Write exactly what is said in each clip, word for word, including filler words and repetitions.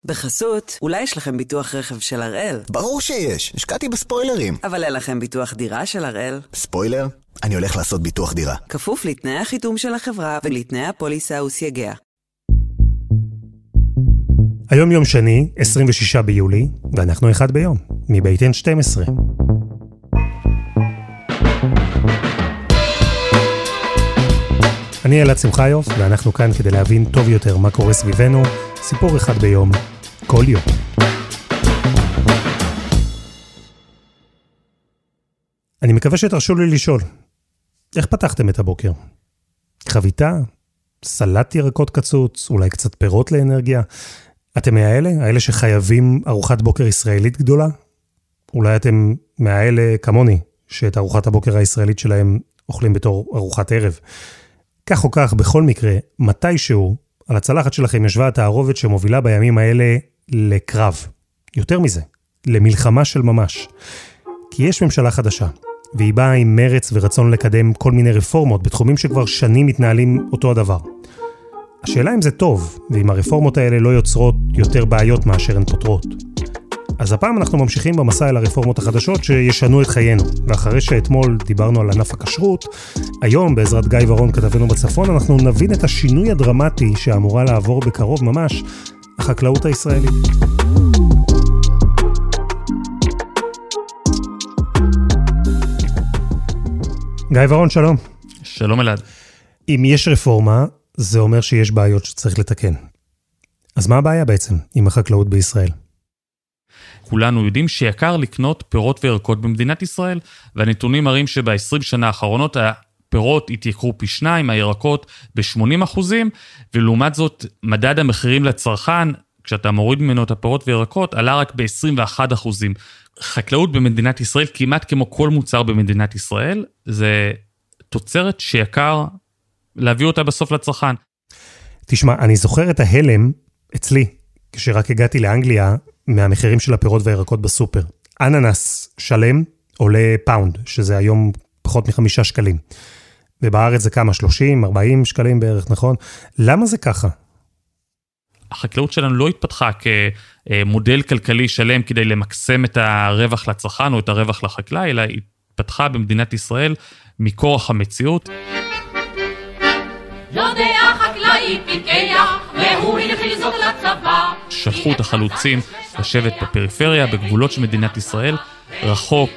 בחסות, אולי יש לכם ביטוח רכב של הראל? ברור שיש, השקעתי בספוילרים. אבל אין לכם ביטוח דירה של הראל? ספוילר? אני הולך לעשות ביטוח דירה. כפוף לתנאי החיתום של החברה ולתנאי הפוליסה וסייגיה. היום יום שני, עשרים ושישה ביולי, ואנחנו אחד ביום, מבית אן שתים עשרה. אני אלעד שמחיוף, ואנחנו כאן כדי להבין טוב יותר מה קורה סביבנו, סיפור אחד ביום, כל יום. אני מקווה שתרשו לי לשאול, איך פתחתם את הבוקר? חביתה? סלט ירקות קצוץ? אולי קצת פירות לאנרגיה? אתם מהאלה? האלה שחייבים ארוחת בוקר ישראלית גדולה? אולי אתם מהאלה כמוני, שאת ארוחת הבוקר הישראלית שלהם אוכלים בתור ארוחת ערב? כך או כך, בכל מקרה, מתישהו, על הצלחת שלכם ישבה התערובת שמובילה בימים האלה לקרב. יותר מזה, למלחמה של ממש. כי יש ממשלה חדשה, והיא באה עם מרץ ורצון לקדם כל מיני רפורמות בתחומים שכבר שנים מתנהלים אותו הדבר. השאלה אם זה טוב, ואם הרפורמות האלה לא יוצרות יותר בעיות מאשר הן פותרות. אז הפעם אנחנו ממשיכים במסע אל הרפורמות החדשות שישנו את חיינו, ואחרי שאתמול דיברנו על ענף הכשרות, היום בעזרת גיא ורון כתבנו בצפון, אנחנו נבין את השינוי הדרמטי שאמורה לעבור בקרוב ממש, החקלאות הישראלית. גיא ורון, שלום. שלום אלעד. אם יש רפורמה, זה אומר שיש בעיות שצריך לתקן. אז מה הבעיה בעצם עם החקלאות בישראל? כולנו יודעים שיקר לקנות פירות וירקות במדינת ישראל, והנתונים מראים שב-עשרים שנה האחרונות הפירות התייקרו פי שניים, הירקות ב-שמונים אחוזים, ולעומת זאת מדד המחירים לצרכן, כשאתה מוריד ממנו את הפירות וירקות, עלה רק ב-עשרים ואחד אחוזים. חקלאות במדינת ישראל, כמעט כמו כל מוצר במדינת ישראל, זה תוצרת שיקר להביא אותה בסוף לצרכן. תשמע, אני זוכר את ההלם אצלי, כשרק הגעתי לאנגליה, מהמחירים של הפירות והירקות בסופר. אננס שלם עולה פאונד, שזה היום פחות מחמישה שקלים. ובארץ זה כמה? שלושים, ארבעים שקלים בערך, נכון? למה זה ככה? החקלאות שלנו לא התפתחה כמודל כלכלי שלם כדי למקסם את הרווח לצרכן או את הרווח לחקלאי, אלא התפתחה במדינת ישראל מכורח המציאות. יודע חקלאי פיקח, והוא הנחיל זאת לצבא. שלחו את החלוצים לשבת בפריפריה, בגבולות של מדינת ישראל, רחוק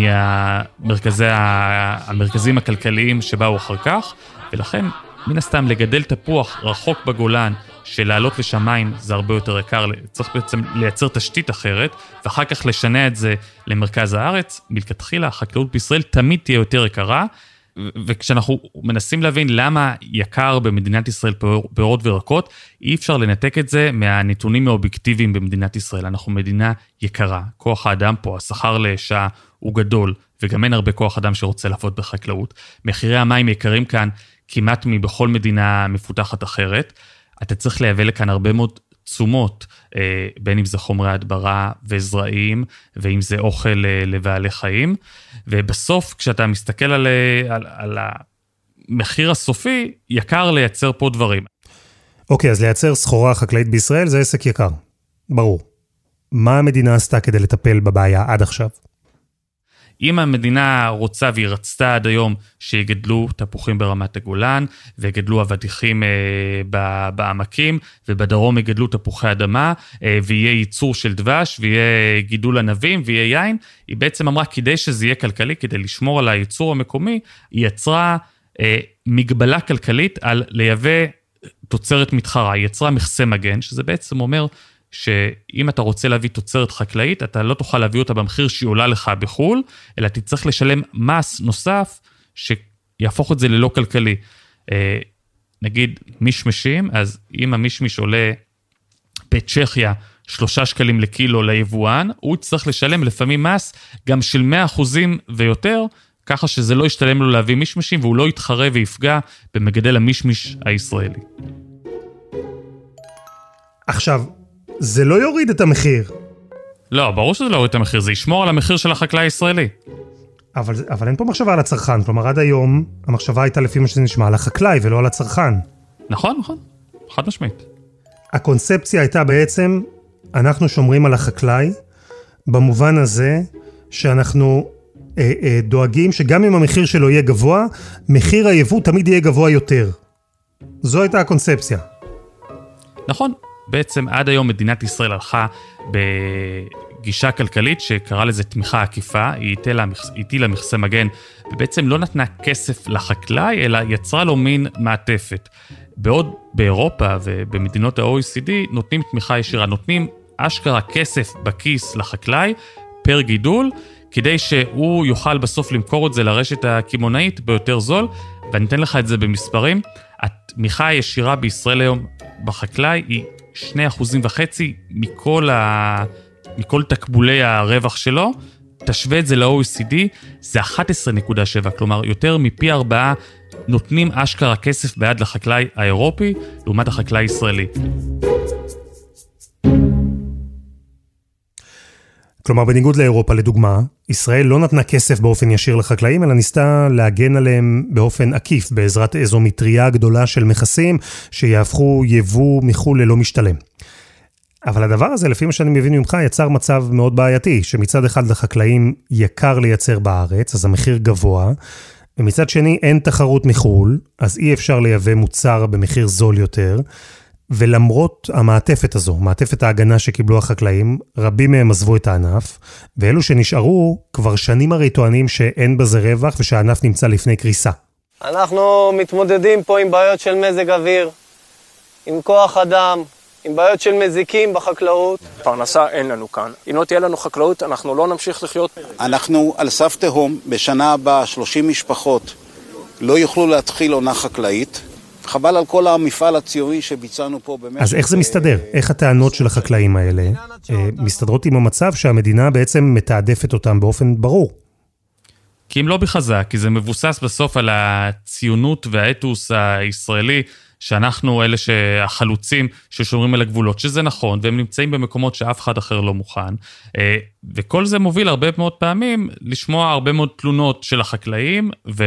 מהמרכזים הכלכליים שבאו אחר כך, ולכן מן הסתם לגדל תפוח רחוק בגולן, שלעלות לשמיים זה הרבה יותר יקר, צריך בעצם לייצר תשתית אחרת, ואחר כך לשנע את זה למרכז הארץ. מלכתחילה החקלאות בישראל תמיד תהיה יותר יקרה, וכשאנחנו מנסים להבין למה יקר במדינת ישראל פירות וירקות, אי אפשר לנתק את זה מהנתונים האובייקטיביים במדינת ישראל. אנחנו מדינה יקרה, כוח האדם פה, השכר לשעה הוא גדול, וגם אין הרבה כוח אדם שרוצה לעבוד בחקלאות. מחירי המים יקרים כאן כמעט מבכל מדינה מפותחת אחרת. אתה צריך להביא לכאן הרבה מאוד תשומות, בין אם זה חומרי הדברה וזרעים, ואם זה אוכל לבעלי חיים, ובסוף כשאתה מסתכל על, על, על המחיר הסופי, יקר לייצר פה דברים. אוקיי, אז לייצר סחורה חקלאית בישראל זה עסק יקר, ברור. מה המדינה עשתה כדי לטפל בבעיה עד עכשיו? אם המדינה רוצה והיא רצתה עד היום שיגדלו תפוחים ברמת הגולן, ויגדלו אבטיחים אה, בעמקים, ובדרום יגדלו תפוחי אדמה, אה, ויהיה ייצור של דבש, ויהיה גידול ענבים, ויהיה יין, היא בעצם אמרה, כדי שזה יהיה כלכלי, כדי לשמור על הייצור המקומי, היא יצרה אה, מגבלה כלכלית על לייבא תוצרת מתחרה, היא יצרה מכסה מגן, שזה בעצם אומר שאם אתה רוצה להביא תוצרת חקלאית, אתה לא תוכל להביא אותה במחיר שהיא עולה לך בחול, אלא תצטרך לשלם מס נוסף, שיהפוך את זה ללא כלכלי. נגיד מישמשים, אז אם המישמיש עולה בצ'כיה שלושה שקלים לקילו ליבואן, הוא צריך לשלם לפעמים מס גם של מאה אחוזים ויותר, ככה שזה לא ישתלם לו להביא מישמשים, והוא לא יתחרה ויפגע במגדל המישמיש הישראלי. עכשיו, זה לא יוריד את המחיר. לא, ברור שזה לא יוריד את המחיר, זה ישמור על המחיר של החקלאי הישראלי. אבל, אבל אין פה מחשבה על הצרכן, כלומר עד היום המחשבה הייתה לפי מה שזה נשמע על החקלאי ולא על הצרכן. נכון, נכון, חד משמעית. הקונספציה הייתה בעצם אנחנו שומרים על החקלאי, במובן הזה שאנחנו אה, אה, דואגים שגם אם המחיר שלו יהיה גבוה, מחיר היבוא תמיד יהיה גבוה יותר. זו הייתה הקונספציה. נכון, בעצם עד היום מדינת ישראל הלכה בגישה כלכלית שקרא לזה תמיכה עקיפה, היא הטילה מכסה מגן, ובעצם לא נתנה כסף לחקלאי, אלא יצרה לו מין מעטפת. בעוד באירופה ובמדינות ה-או אי סי די נותנים תמיכה ישירה, נותנים אשכרה כסף בכיס לחקלאי פר גידול, כדי שהוא יוכל בסוף למכור את זה לרשת הכימונאית ביותר זול, ואני אתן לך את זה במספרים. התמיכה הישירה בישראל היום בחקלאי היא שני אחוזים וחצי מכל, ה... מכל תקבולי הרווח שלו, תשווה את זה ל-או אי סי די, זה אחת עשרה נקודה שבע, כלומר יותר מפי ארבעה נותנים אשכרה כסף ביד לחקלאי האירופי, לעומת החקלאי הישראלי. כלומר, בניגוד לאירופה, לדוגמה, ישראל לא נתנה כסף באופן ישיר לחקלאים, אלא ניסתה להגן עליהם באופן עקיף, בעזרת איזו מטריה גדולה של מכסים, שיהפכו יבוא מחול ללא משתלם. אבל הדבר הזה, לפי מה שאני מבין ממך, יצר מצב מאוד בעייתי, שמצד אחד לחקלאים יקר לייצר בארץ, אז המחיר גבוה, ומצד שני אין תחרות מחול, אז אי אפשר לייבא מוצר במחיר זול יותר, ולמרות המעטפת הזו, מעטפת ההגנה שקיבלו החקלאים, רבים מהם עזבו את הענף, ואלו שנשארו כבר שנים הרי טוענים שאין בזה רווח ושהענף נמצא לפני קריסה. אנחנו מתמודדים פה עם בעיות של מזג אוויר, עם כוח אדם, עם בעיות של מזיקים בחקלאות. פרנסה אין לנו כאן. אם לא תהיה לנו חקלאות, אנחנו לא נמשיך לחיות. אנחנו על סף תהום, בשנה הבאה שלושים משפחות לא יוכלו להתחיל עונה חקלאית, חבל על כל המפעל הציורי שביצענו פה במשך... אז איך זה מסתדר? איך הטענות של החקלאים האלה מסתדרות עם המצב שהמדינה בעצם מתעדפת אותם באופן ברור? כי אם לא בחזק, כי זה מבוסס בסוף על הציונות והאתוס הישראלי, שאנחנו אלה שהחלוצים ששומרים על הגבולות, שזה נכון, והם נמצאים במקומות שאף אחד אחר לא מוכן, וכל זה מוביל הרבה מאוד פעמים לשמוע הרבה מאוד תלונות של החקלאים, ו...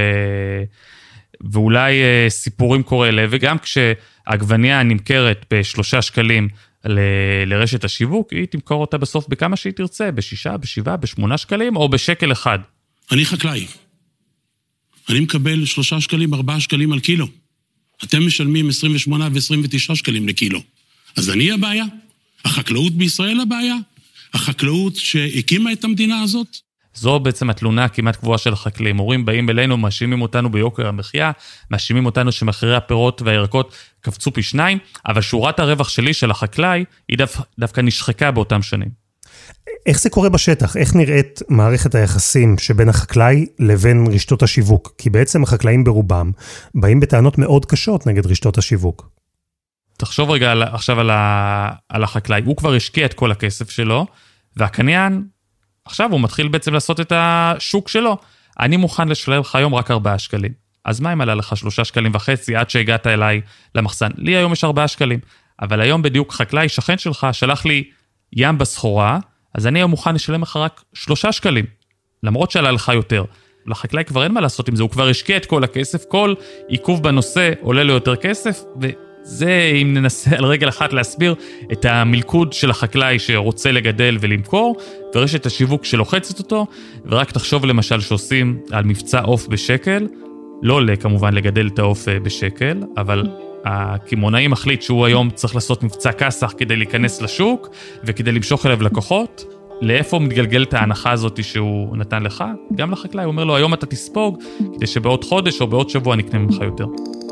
ואולי סיפורים קורא לב, וגם כשהעגבניה נמכרת בשלושה שקלים ל... לרשת השיווק, היא תמכור אותה בסוף בכמה שהיא תרצה, בשישה, בשבעה, בשמונה שקלים, או בשקל אחד. אני חקלאי. אני מקבל שלושה שקלים, ארבעה שקלים על קילו. אתם משלמים עשרים ושמונה ו-עשרים ותשעה שקלים לקילו. אז אני הבעיה? החקלאות בישראל הבעיה? החקלאות שהקימה את המדינה הזאת? זו בעצם התלונה כמעט קבועה של החקלאים. הורים באים אלינו, מאשימים אותנו ביוקר המחיה, מאשימים אותנו שמחירי הפירות והירקות קפצו פי שניים, אבל שורת הרווח שלי של החקלאי היא דו, דווקא נשחקה באותם שנים. איך זה קורה בשטח? איך נראית מערכת היחסים שבין החקלאי לבין רשתות השיווק? כי בעצם החקלאים ברובם באים בטענות מאוד קשות נגד רשתות השיווק. תחשוב רגע על, עכשיו על, ה, על החקלאי. הוא כבר השקיע את כל הכסף שלו, והקניין, עכשיו הוא מתחיל בעצם לעשות את השוק שלו. אני מוכן לשלם לך היום רק ארבעה שקלים. אז מה אם עלה לך שלושה שקלים וחצי עד שהגעת אליי למחסן? לי היום יש ארבעה שקלים. אבל היום בדיוק חקלאי שכן שלך שלח לי ים בסחורה, אז אני היום מוכן לשלם לך רק שלושה שקלים, למרות שעלה לך יותר. לחקלאי כבר אין מה לעשות עם זה, הוא כבר השקיע את כל הכסף, כל עיכוב בנושא עולה לו יותר כסף, וזה אם ננסה על רגל אחת להסביר את המלכוד של החקלאי שרוצה לגדל ולמכור, ורשת השיווק שלוחצת אותו, ורק תחשוב למשל שעושים על מבצע עוף בשקל, לא עולה כמובן לגדל את העוף בשקל, אבל הכימונאי מחליט שהוא היום צריך לעשות מבצע כסח כדי להיכנס לשוק, וכדי למשוך אליו לקוחות. לאיפה מתגלגל את ההנחה הזאת שהוא נתן לך? גם לחקלאי, הוא אומר לו, היום אתה תספוג, כדי שבעוד חודש או בעוד שבוע נקנה ממך יותר.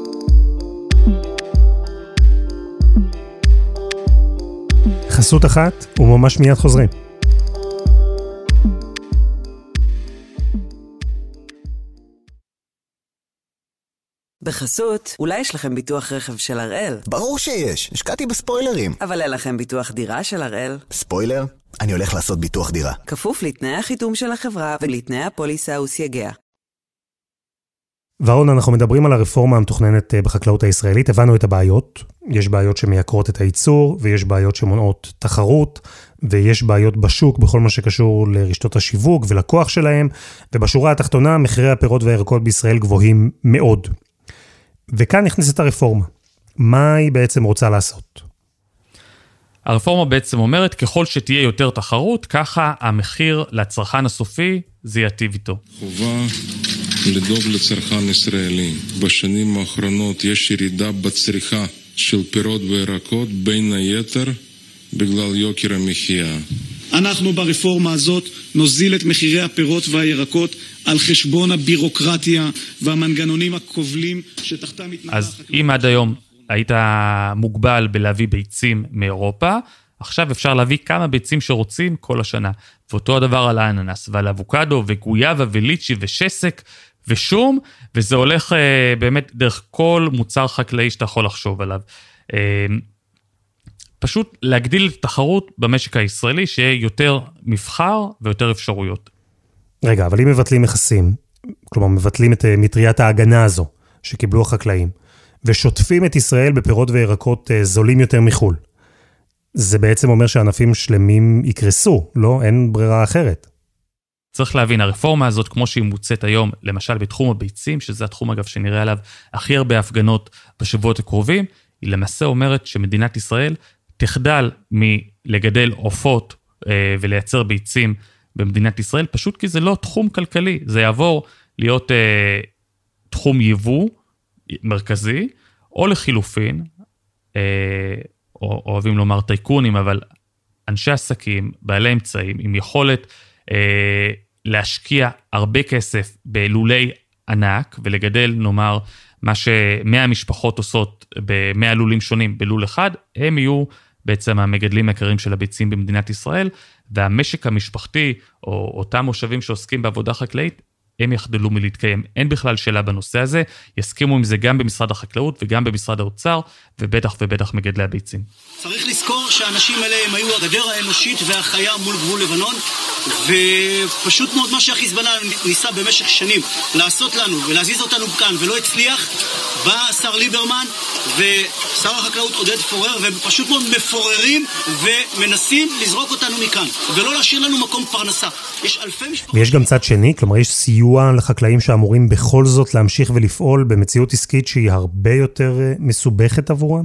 חסות אחת, וממש מיד חוזרים. בחסות, אולי יש לכם ביטוח רכב של הראל? ברור שיש, השקעתי בספוילרים. אבל אין לכם ביטוח דירה של הראל? ספוילר? אני הולך לעשות ביטוח דירה. כפוף לתנאי החיתום של החברה ולתנאי הפוליסה וסייגיה. ורון, אנחנו מדברים על הרפורמה המתוכננת בחקלאות הישראלית, הבנו את הבעיות, יש בעיות שמייקרות את הייצור, ויש בעיות שמונעות תחרות, ויש בעיות בשוק בכל מה שקשור לרשתות השיווק ולכוח שלהם, ובשורה התחתונה מחירי הפירות והירקות בישראל גבוהים מאוד. וכאן נכנסת הרפורמה. מה היא בעצם רוצה לעשות? הרפורמה בעצם אומרת, ככל שתהיה יותר תחרות, ככה המחיר לצרכן הסופי, זה יטיב איתו. חובה לדאוג לצרכן ישראלי. בשנים האחרונות יש ירידה בצריכה של פירות וירקות, בין היתר בגלל יוקר המחיה. אנחנו ברפורמה הזאת נוזיל את מחירי הפירות והירקות על חשבון הבירוקרטיה והמנגנונים הכובלים שתחתם מתנהל. אז אם עד היום היית מוגבל בלהביא ביצים מאירופה, עכשיו אפשר להביא כמה ביצים שרוצים כל השנה. ואותו הדבר על האננס ועל אבוקדו וגויאבה וליצ'י ושסק ושום, וזה הולך אה, באמת דרך כל מוצר חקלאי שאתה יכול לחשוב עליו. אה, פשוט להגדיל את התחרות במשק הישראלי, שיהיה יותר מבחר ויותר אפשרויות. רגע, אבל אם מבטלים מכסים, כלומר מבטלים את מטריית ההגנה הזו שקיבלו החקלאים, ושוטפים את ישראל בפירות וירקות זולים יותר מחול, זה בעצם אומר שענפים שלמים יקרסו, לא? אין ברירה אחרת. צריך להבין, הרפורמה הזאת, כמו שהיא מוצאת היום, למשל בתחום הביצים, שזה התחום אגב שנראה עליו הכי הרבה הפגנות בשבועות הקרובים, היא למעשה אומרת שמדינת ישראל תחדל מלגדל עופות אה, ולייצר ביצים במדינת ישראל, פשוט כי זה לא תחום כלכלי, זה יעבור להיות אה, תחום יבוא מרכזי, או לחילופין, אה, או, אוהבים לומר טייקונים, אבל אנשי עסקים, בעלי אמצעים, עם יכולת אה, להשקיע הרבה כסף בלולי ענק, ולגדל, נאמר, מה שמאה משפחות עושות במאה לולים שונים בלול אחד, הם יהיו בעצם המגדלים העיקריים של הביצים במדינת ישראל, והמשק המשפחתי, או אותם מושבים שעוסקים בעבודה חקלאית, הם יחדלו מלהתקיים. אין בכלל שאלה בנושא הזה, יסכימו עם זה גם במשרד החקלאות וגם במשרד האוצר, ובטח ובטח מגדלי הביצים. צריך לזכור שהאנשים האלה הם היו הגדר האנושית והחיה מול גבול לבנון, ופשוט מאוד מה שהחיזבאללה ניסה במשך שנים לעשות לנו ולהזיז אותנו כאן ולא הצליח, בא השר ליברמן ושר החקלאות עודד פורר, והם פשוט מאוד מפוררים ומנסים לזרוק אותנו מכאן ולא להשאיר לנו מקום פרנסה. יש אלפי משפחות. ויש גם צד שני, כלומר יש סיוע לחקלאים שאמורים בכל זאת להמשיך ולפעול במציאות עסקית שהיא הרבה יותר מסובכת עבורם?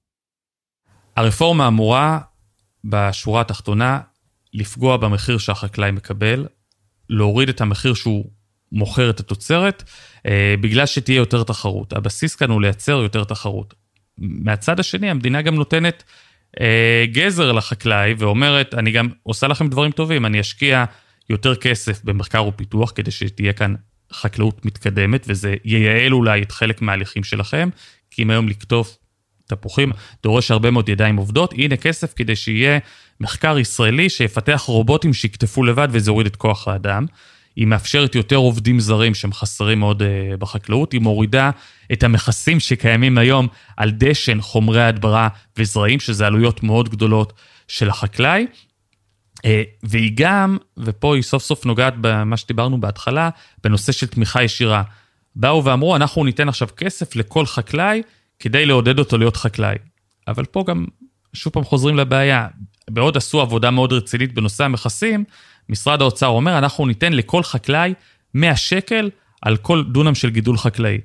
הרפורמה אמורה בשורה התחתונה לפגוע במחיר שהחקלאי מקבל, להוריד את המחיר שהוא מוכר את התוצרת, בגלל שתהיה יותר תחרות. הבסיס כאן הוא לייצר יותר תחרות. מהצד השני, המדינה גם נותנת גזר לחקלאי, ואומרת, אני גם עושה לכם דברים טובים, אני אשקיע יותר כסף במחקר ופיתוח, כדי שתהיה כאן חקלאות מתקדמת, וזה ייעל אולי את חלק מההליכים שלכם, כי אם היום לקטוף תפוחים, דורש הרבה מאוד ידיים עובדות, הנה כסף כדי שיהיה מחקר ישראלי שיפתח רובוטים שיקטפו לבד וזה הוריד את כוח האדם. היא מאפשרת יותר עובדים זרים שהם חסרים מאוד uh, בחקלאות, היא מורידה את המכסים שקיימים היום על דשן, חומרי הדברה וזרעים, שזה עלויות מאוד גדולות של החקלאי, uh, והיא גם, ופה היא סוף סוף נוגעת במה שדיברנו בהתחלה, בנושא של תמיכה ישירה. באו ואמרו, אנחנו ניתן עכשיו כסף לכל חקלאי, כדי לעודד אותו להיות חקלאי. אבל פה גם, שוב פעם חוזרים לבעיה, בעוד עשו עבודה מאוד רצינית בנושא המכסים, משרד האוצר אומר, אנחנו ניתן לכל חקלאי מאה שקל על כל דונם של גידול חקלאי.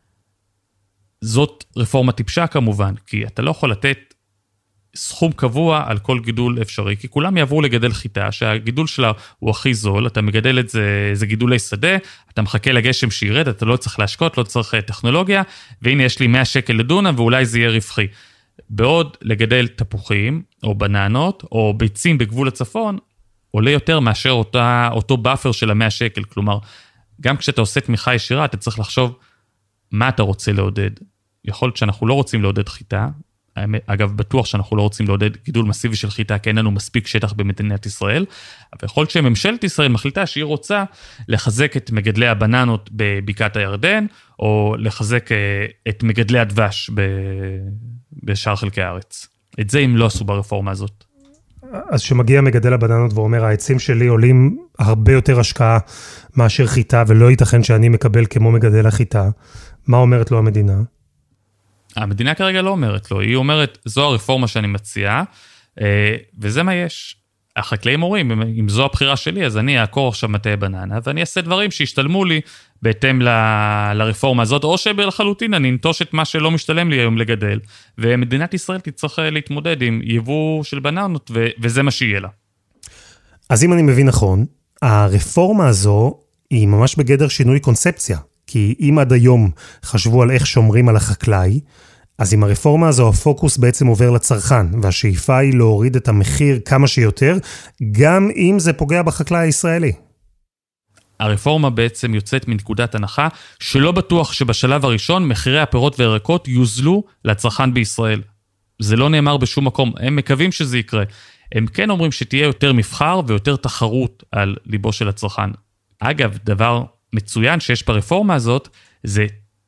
זאת רפורמה טיפשה כמובן, כי אתה לא יכול לתת סכום קבוע על כל גידול אפשרי, כי כולם יעברו לגדל חיטה, שהגידול שלה הוא הכי זול, אתה מגדל את זה, זה גידולי שדה, אתה מחכה לגשם שירד, אתה לא צריך להשקות, לא צריך טכנולוגיה, והנה יש לי מאה שקל לדונם, ואולי זה יהיה רווחי. בעוד לגדל תפוחים, או בננות, או ביצים בגבול הצפון, עולה יותר מאשר אותה, אותו באפר של המאה שקל, כלומר, גם כשאתה עושה תמיכה ישירה, אתה צריך לחשוב מה אתה רוצה לעודד. יכול להיות שאנחנו לא רוצים לעודד חיטה, אגב, בטוח שאנחנו לא רוצים לעודד גידול מסיבי של חיטה, כי אין לנו מספיק שטח במדינת ישראל, אבל יכול להיות שממשלת ישראל מחליטה שהיא רוצה לחזק את מגדלי הבננות בבקעת הירדן, או לחזק את מגדלי הדבש בשאר חלקי הארץ. את זה הם לא עשו ברפורמה הזאת. אז שמגיע מגדל הבננות ואומר, העצים שלי עולים הרבה יותר השקעה מאשר חיטה, ולא ייתכן שאני מקבל כמו מגדל החיטה, מה אומרת לו המדינה? המדינה כרגע לא אומרת לו, היא אומרת, זו הרפורמה שאני מציעה, וזה מה יש. החקלאים אומרים, אם, אם זו הבחירה שלי, אז אני אעקור עכשיו מטעי בננה, ואני אעשה דברים שישתלמו לי בהתאם ל, לרפורמה הזאת, או שבלחלוטין אני נטוש את מה שלא משתלם לי היום לגדל, ומדינת ישראל תצטרך להתמודד עם יבוא של בננות, ו, וזה מה שיהיה לה. אז אם אני מבין נכון, הרפורמה הזו היא ממש בגדר שינוי קונספציה, כי אם עד היום חשבו על איך שומרים על החקלאי, אז עם הרפורמה הזו הפוקוס בעצם עובר לצרכן, והשאיפה היא להוריד את המחיר כמה שיותר, גם אם זה פוגע בחקלאי הישראלי. הרפורמה בעצם יוצאת מנקודת הנחה, שלא בטוח שבשלב הראשון מחירי הפירות והירקות יוזלו לצרכן בישראל. זה לא נאמר בשום מקום, הם מקווים שזה יקרה. הם כן אומרים שתהיה יותר מבחר ויותר תחרות על ליבו של הצרכן. אגב, דבר מצוין שיש ברפורמה הזאת, זה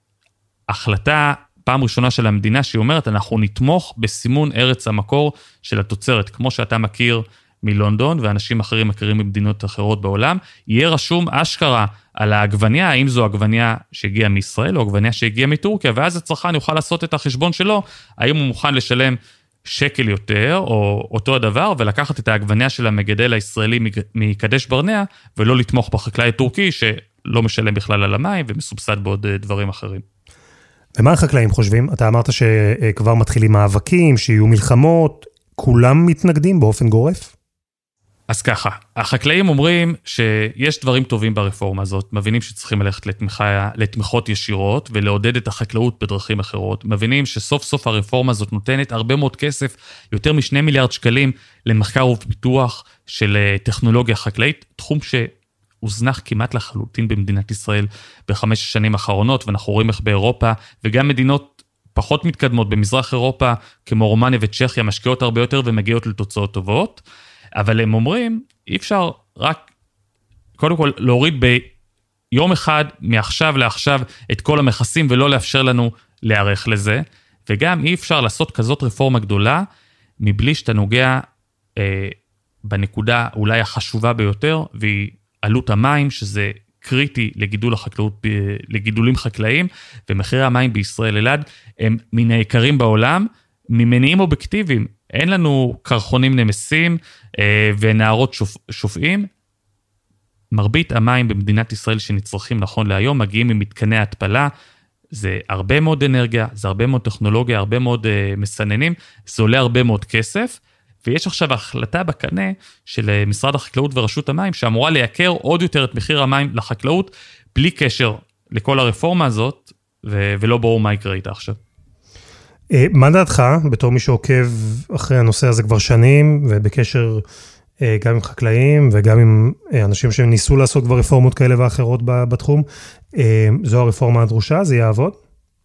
החלטה פעם ראשונה של המדינה שהיא אומרת, אנחנו נתמוך בסימון ארץ המקור של התוצרת, כמו שאתה מכיר מלונדון, ואנשים אחרים מכירים ממדינות אחרות בעולם, יהיה רשום אשכרה על העגבניה, האם זו עגבניה שהגיעה מישראל, או עגבניה שהגיעה מטורקיה, ואז הצרכן יוכל לעשות את החשבון שלו, האם הוא מוכן לשלם שקל יותר, או אותו הדבר, ולקחת את העגבניה של המגדל הישראלי מקדש ברנע, ולא לתמוך בחקלאי טורקי, שלא משלם בכלל על המים, ומסובסד בעוד דברים אחרים. ומה החקלאים חושבים? אתה אמרת שכבר מתחילים מאבקים, שיהיו מלחמות, כולם מתנגדים באופן גורף? אז ככה, החקלאים אומרים שיש דברים טובים ברפורמה הזאת, מבינים שצריכים ללכת לתמיכה, לתמיכות ישירות ולעודד את החקלאות בדרכים אחרות, מבינים שסוף סוף הרפורמה הזאת נותנת הרבה מאוד כסף, יותר משני מיליארד שקלים למחקר ופיתוח של טכנולוגיה חקלאית, תחום שהוזנח כמעט לחלוטין במדינת ישראל בחמש השנים האחרונות, ואנחנו רואים איך באירופה וגם מדינות פחות מתקדמות במזרח אירופה, כמו רומניה וצ'כיה, משקיעות הרבה יותר ומגיעות לתוצאות טובות, אבל הם אומרים, אי אפשר רק, קודם כל, להוריד ביום אחד, מעכשיו לעכשיו, את כל המכסים, ולא לאפשר לנו להיערך לזה, וגם אי אפשר לעשות כזאת רפורמה גדולה, מבלי שאתה נוגע אה, בנקודה אולי החשובה ביותר, והיא עלות המים, שזה קריטי לגידול החקלאות, לגידולים חקלאיים, ומחירי המים בישראל אלעד, הם מן היקרים בעולם, ממניעים אובייקטיביים, אין לנו קרחונים נמסים אה, ונערות שופ, שופעים. מרבית המים במדינת ישראל שנצרכים נכון להיום מגיעים ממתקני ההתפלה. זה הרבה מאוד אנרגיה, זה הרבה מאוד טכנולוגיה, הרבה מאוד אה, מסננים. זה עולה הרבה מאוד כסף. ויש עכשיו החלטה בקנה של אה, משרד החקלאות ורשות המים שאמורה לייקר עוד יותר את מחיר המים לחקלאות, בלי קשר לכל הרפורמה הזאת, ו- ולא ברור מה יקרה איתה עכשיו. מה דעתך, בתור מי שעוקב אחרי הנושא הזה כבר שנים, ובקשר גם עם חקלאים, וגם עם אנשים שניסו לעשות כבר רפורמות כאלה ואחרות בתחום, זו הרפורמה הדרושה, זה יעבוד?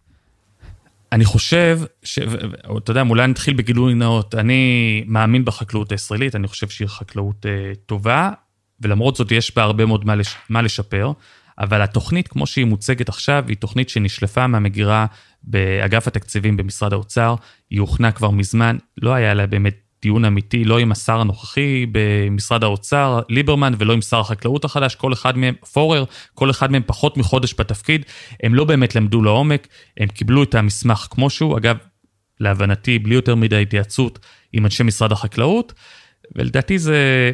אני חושב, ש... אתה יודע, אולי נתחיל בגילוי נאות, אני מאמין בחקלאות הישראלית, אני חושב שהיא חקלאות טובה, ולמרות זאת יש בה הרבה מאוד מה, לש... מה לשפר, אבל התוכנית, כמו שהיא מוצגת עכשיו, היא תוכנית שנשלפה מהמגירה באגף התקציבים במשרד האוצר, היא הוכנה כבר מזמן, לא היה לה באמת דיון אמיתי, לא עם השר הנוכחי במשרד האוצר, ליברמן, ולא עם שר החקלאות החדש, כל אחד מהם, פורר, כל אחד מהם פחות מחודש בתפקיד, הם לא באמת למדו לעומק, הם קיבלו את המסמך כמו שהוא, אגב, להבנתי, בלי יותר מדי התייעצות עם אנשי משרד החקלאות, ולדעתי זה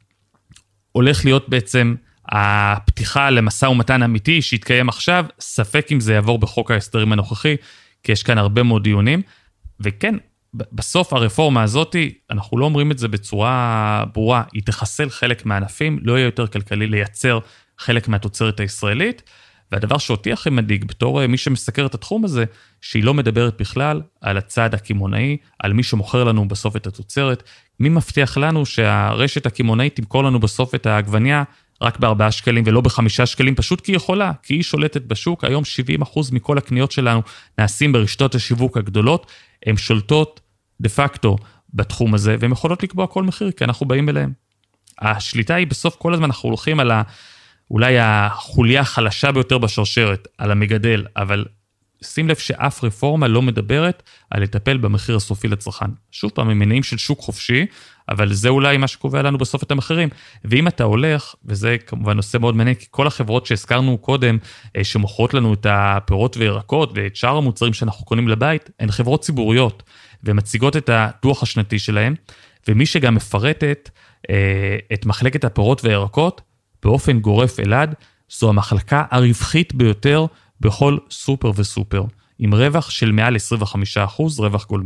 הולך להיות בעצם הפתיחה למשא ומתן אמיתי שהתקיים עכשיו, ספק אם זה יעבור בחוק ההסדרים הנוכחי, כי יש כאן הרבה מאוד דיונים, וכן, בסוף הרפורמה הזאת, אנחנו לא אומרים את זה בצורה ברורה, היא תחסל חלק מהענפים, לא יהיה יותר כלכלי לייצר חלק מהתוצרת הישראלית, והדבר שאותי הכי מדאיג בתור מי שמסקר את התחום הזה, שהיא לא מדברת בכלל על הצד הקימונאי, על מי שמוכר לנו בסוף את התוצרת, מי מבטיח לנו שהרשת הקימונאית תמכור לנו בסוף את העגבניה, רק בארבעה שקלים ולא בחמישה שקלים, פשוט כי היא יכולה, כי היא שולטת בשוק, היום שבעים אחוז מכל הקניות שלנו נעשים ברשתות השיווק הגדולות, הן שולטות דה פקטו בתחום הזה, והן יכולות לקבוע כל מחיר, כי אנחנו באים אליהם. השליטה היא בסוף כל הזמן, אנחנו הולכים על ה, אולי החוליה החלשה ביותר בשרשרת, על המגדל, אבל שים לב שאף רפורמה לא מדברת על לטפל במחיר הסופי לצרכן. שוב פעם, ממניעים של שוק חופשי, אבל זה אולי מה שקובע לנו בסוף את המחירים. ואם אתה הולך, וזה כמובן נושא מאוד מעניין, כי כל החברות שהזכרנו קודם, שמוכרות לנו את הפירות וירקות, ואת שאר המוצרים שאנחנו קונים לבית, הן חברות ציבוריות, ומציגות את הדוח השנתי שלהם, ומי שגם מפרטת אה, את מחלקת הפירות והירקות, באופן גורף אלעד, זו המחלקה הרווחית ביותר בכל סופר וסופר, עם רווח של מעל עשרים וחמישה אחוז רווח גולמי.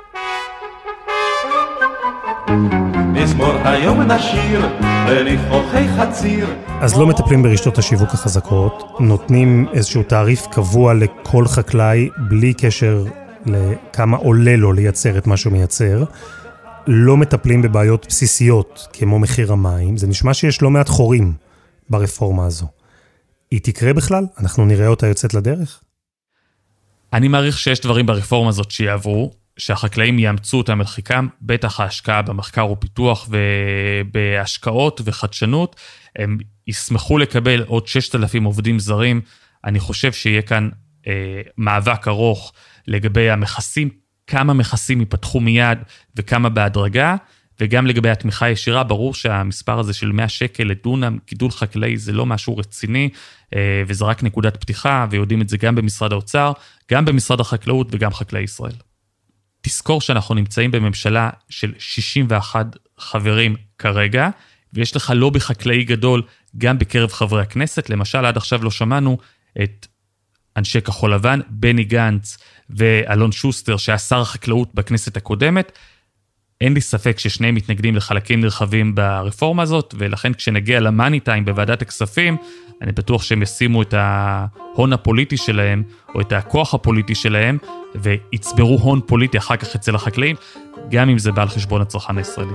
נזמור היום נשיר בניחוחי חציר. אז לא מטפלים ברשתות השיווק החזקות, נותנים איזשהו תעריף קבוע לכל חקלאי, בלי קשר לכמה עולה לו לייצר את מה שהוא מייצר. לא מטפלים בבעיות בסיסיות, כמו מחיר המים. זה נשמע שיש לא מעט חורים ברפורמה הזו. היא תקרה בכלל? אנחנו נראה אותה יוצאת לדרך? אני מעריך שיש דברים ברפורמה הזאת שיעברו, שהחקלאים יאמצו אותם אל חיקם, בטח ההשקעה במחקר ופיתוח ובהשקעות וחדשנות, הם ישמחו לקבל עוד שישת אלפים עובדים זרים. אני חושב שיהיה כאן אה, מאבק ארוך לגבי המכסים, כמה מכסים ייפתחו מיד וכמה בהדרגה, וגם לגבי התמיכה הישירה, ברור שהמספר הזה של מאה שקל לדונם, גידול חקלאי זה לא משהו רציני, אה, וזה רק נקודת פתיחה, ויודעים את זה גם במשרד האוצר, גם במשרד החקלאות וגם חקלאי ישראל. תזכור שאנחנו נמצאים בממשלה של שישים ואחד חברים כרגע, ויש לך לובי חקלאי גדול גם בקרב חברי הכנסת. למשל, עד עכשיו לא שמענו את אנשי כחול לבן, בני גנץ ואלון שוסטר, שהיה שר החקלאות בכנסת הקודמת. אין לי ספק ששניהם מתנגדים לחלקים נרחבים ברפורמה הזאת, ולכן כשנגיע למאני טיים בוועדת הכספים, אני בטוח שהם ישימו את ההון הפוליטי שלהם, או את הכוח הפוליטי שלהם, ויצברו הון פוליטי אחר כך אצל החקלאים, גם אם זה בא על חשבון הצרכן הישראלי.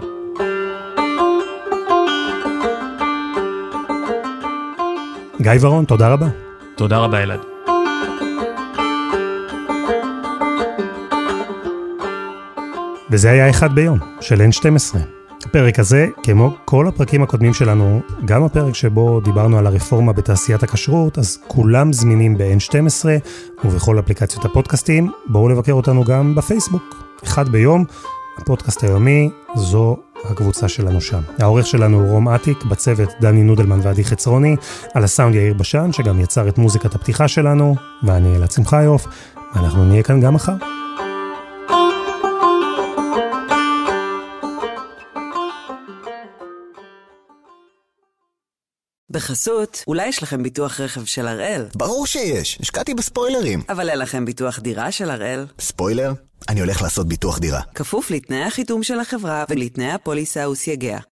גיא ורון, תודה רבה. תודה רבה, אלעד. וזה היה אחד ביום, של אן שתים עשרה. הפרק הזה, כמו כל הפרקים הקודמים שלנו, גם הפרק שבו דיברנו על הרפורמה בתעשיית הכשרות, אז כולם זמינים ב-אן שתים עשרה ובכל אפליקציות הפודקאסטים. בואו לבקר אותנו גם בפייסבוק. אחד ביום, הפודקאסט היומי, זו הקבוצה שלנו שם. העורך שלנו הוא רום עתיק, בצוות דני נודלמן ועדי חצרוני, על הסאונד יאיר בשן, שגם יצר את מוזיקת הפתיחה שלנו, ואני אלעד שמחיוף, ואנחנו נהיה כאן גם מחר. בחסות, אולי יש לכם ביטוח רכב של הראל? ברור שיש, השקעתי בספוילרים. אבל אין לכם ביטוח דירה של הראל? ספוילר? אני הולך לעשות ביטוח דירה. כפוף לתנאי החיתום של החברה ולתנאי הפוליסה וסייגיה.